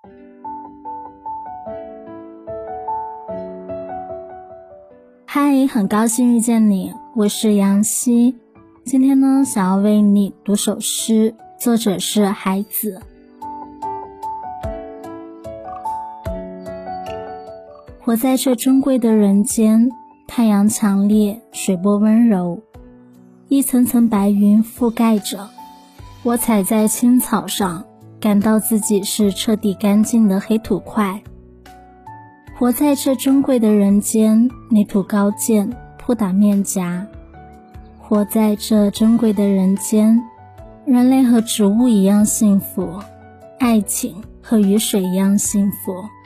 嗨，很高兴遇见你，我是杨希。今天呢，想要为你读首诗，作者是海子。活在这珍贵的人间，太阳强烈，水波温柔，一层层白云覆盖着我，踩在青草上，感到自己是彻底干净的黑土块。活在这珍贵的人间，泥土高见，扑打面颊。活在这珍贵的人间，人类和植物一样幸福，爱情和雨水一样幸福。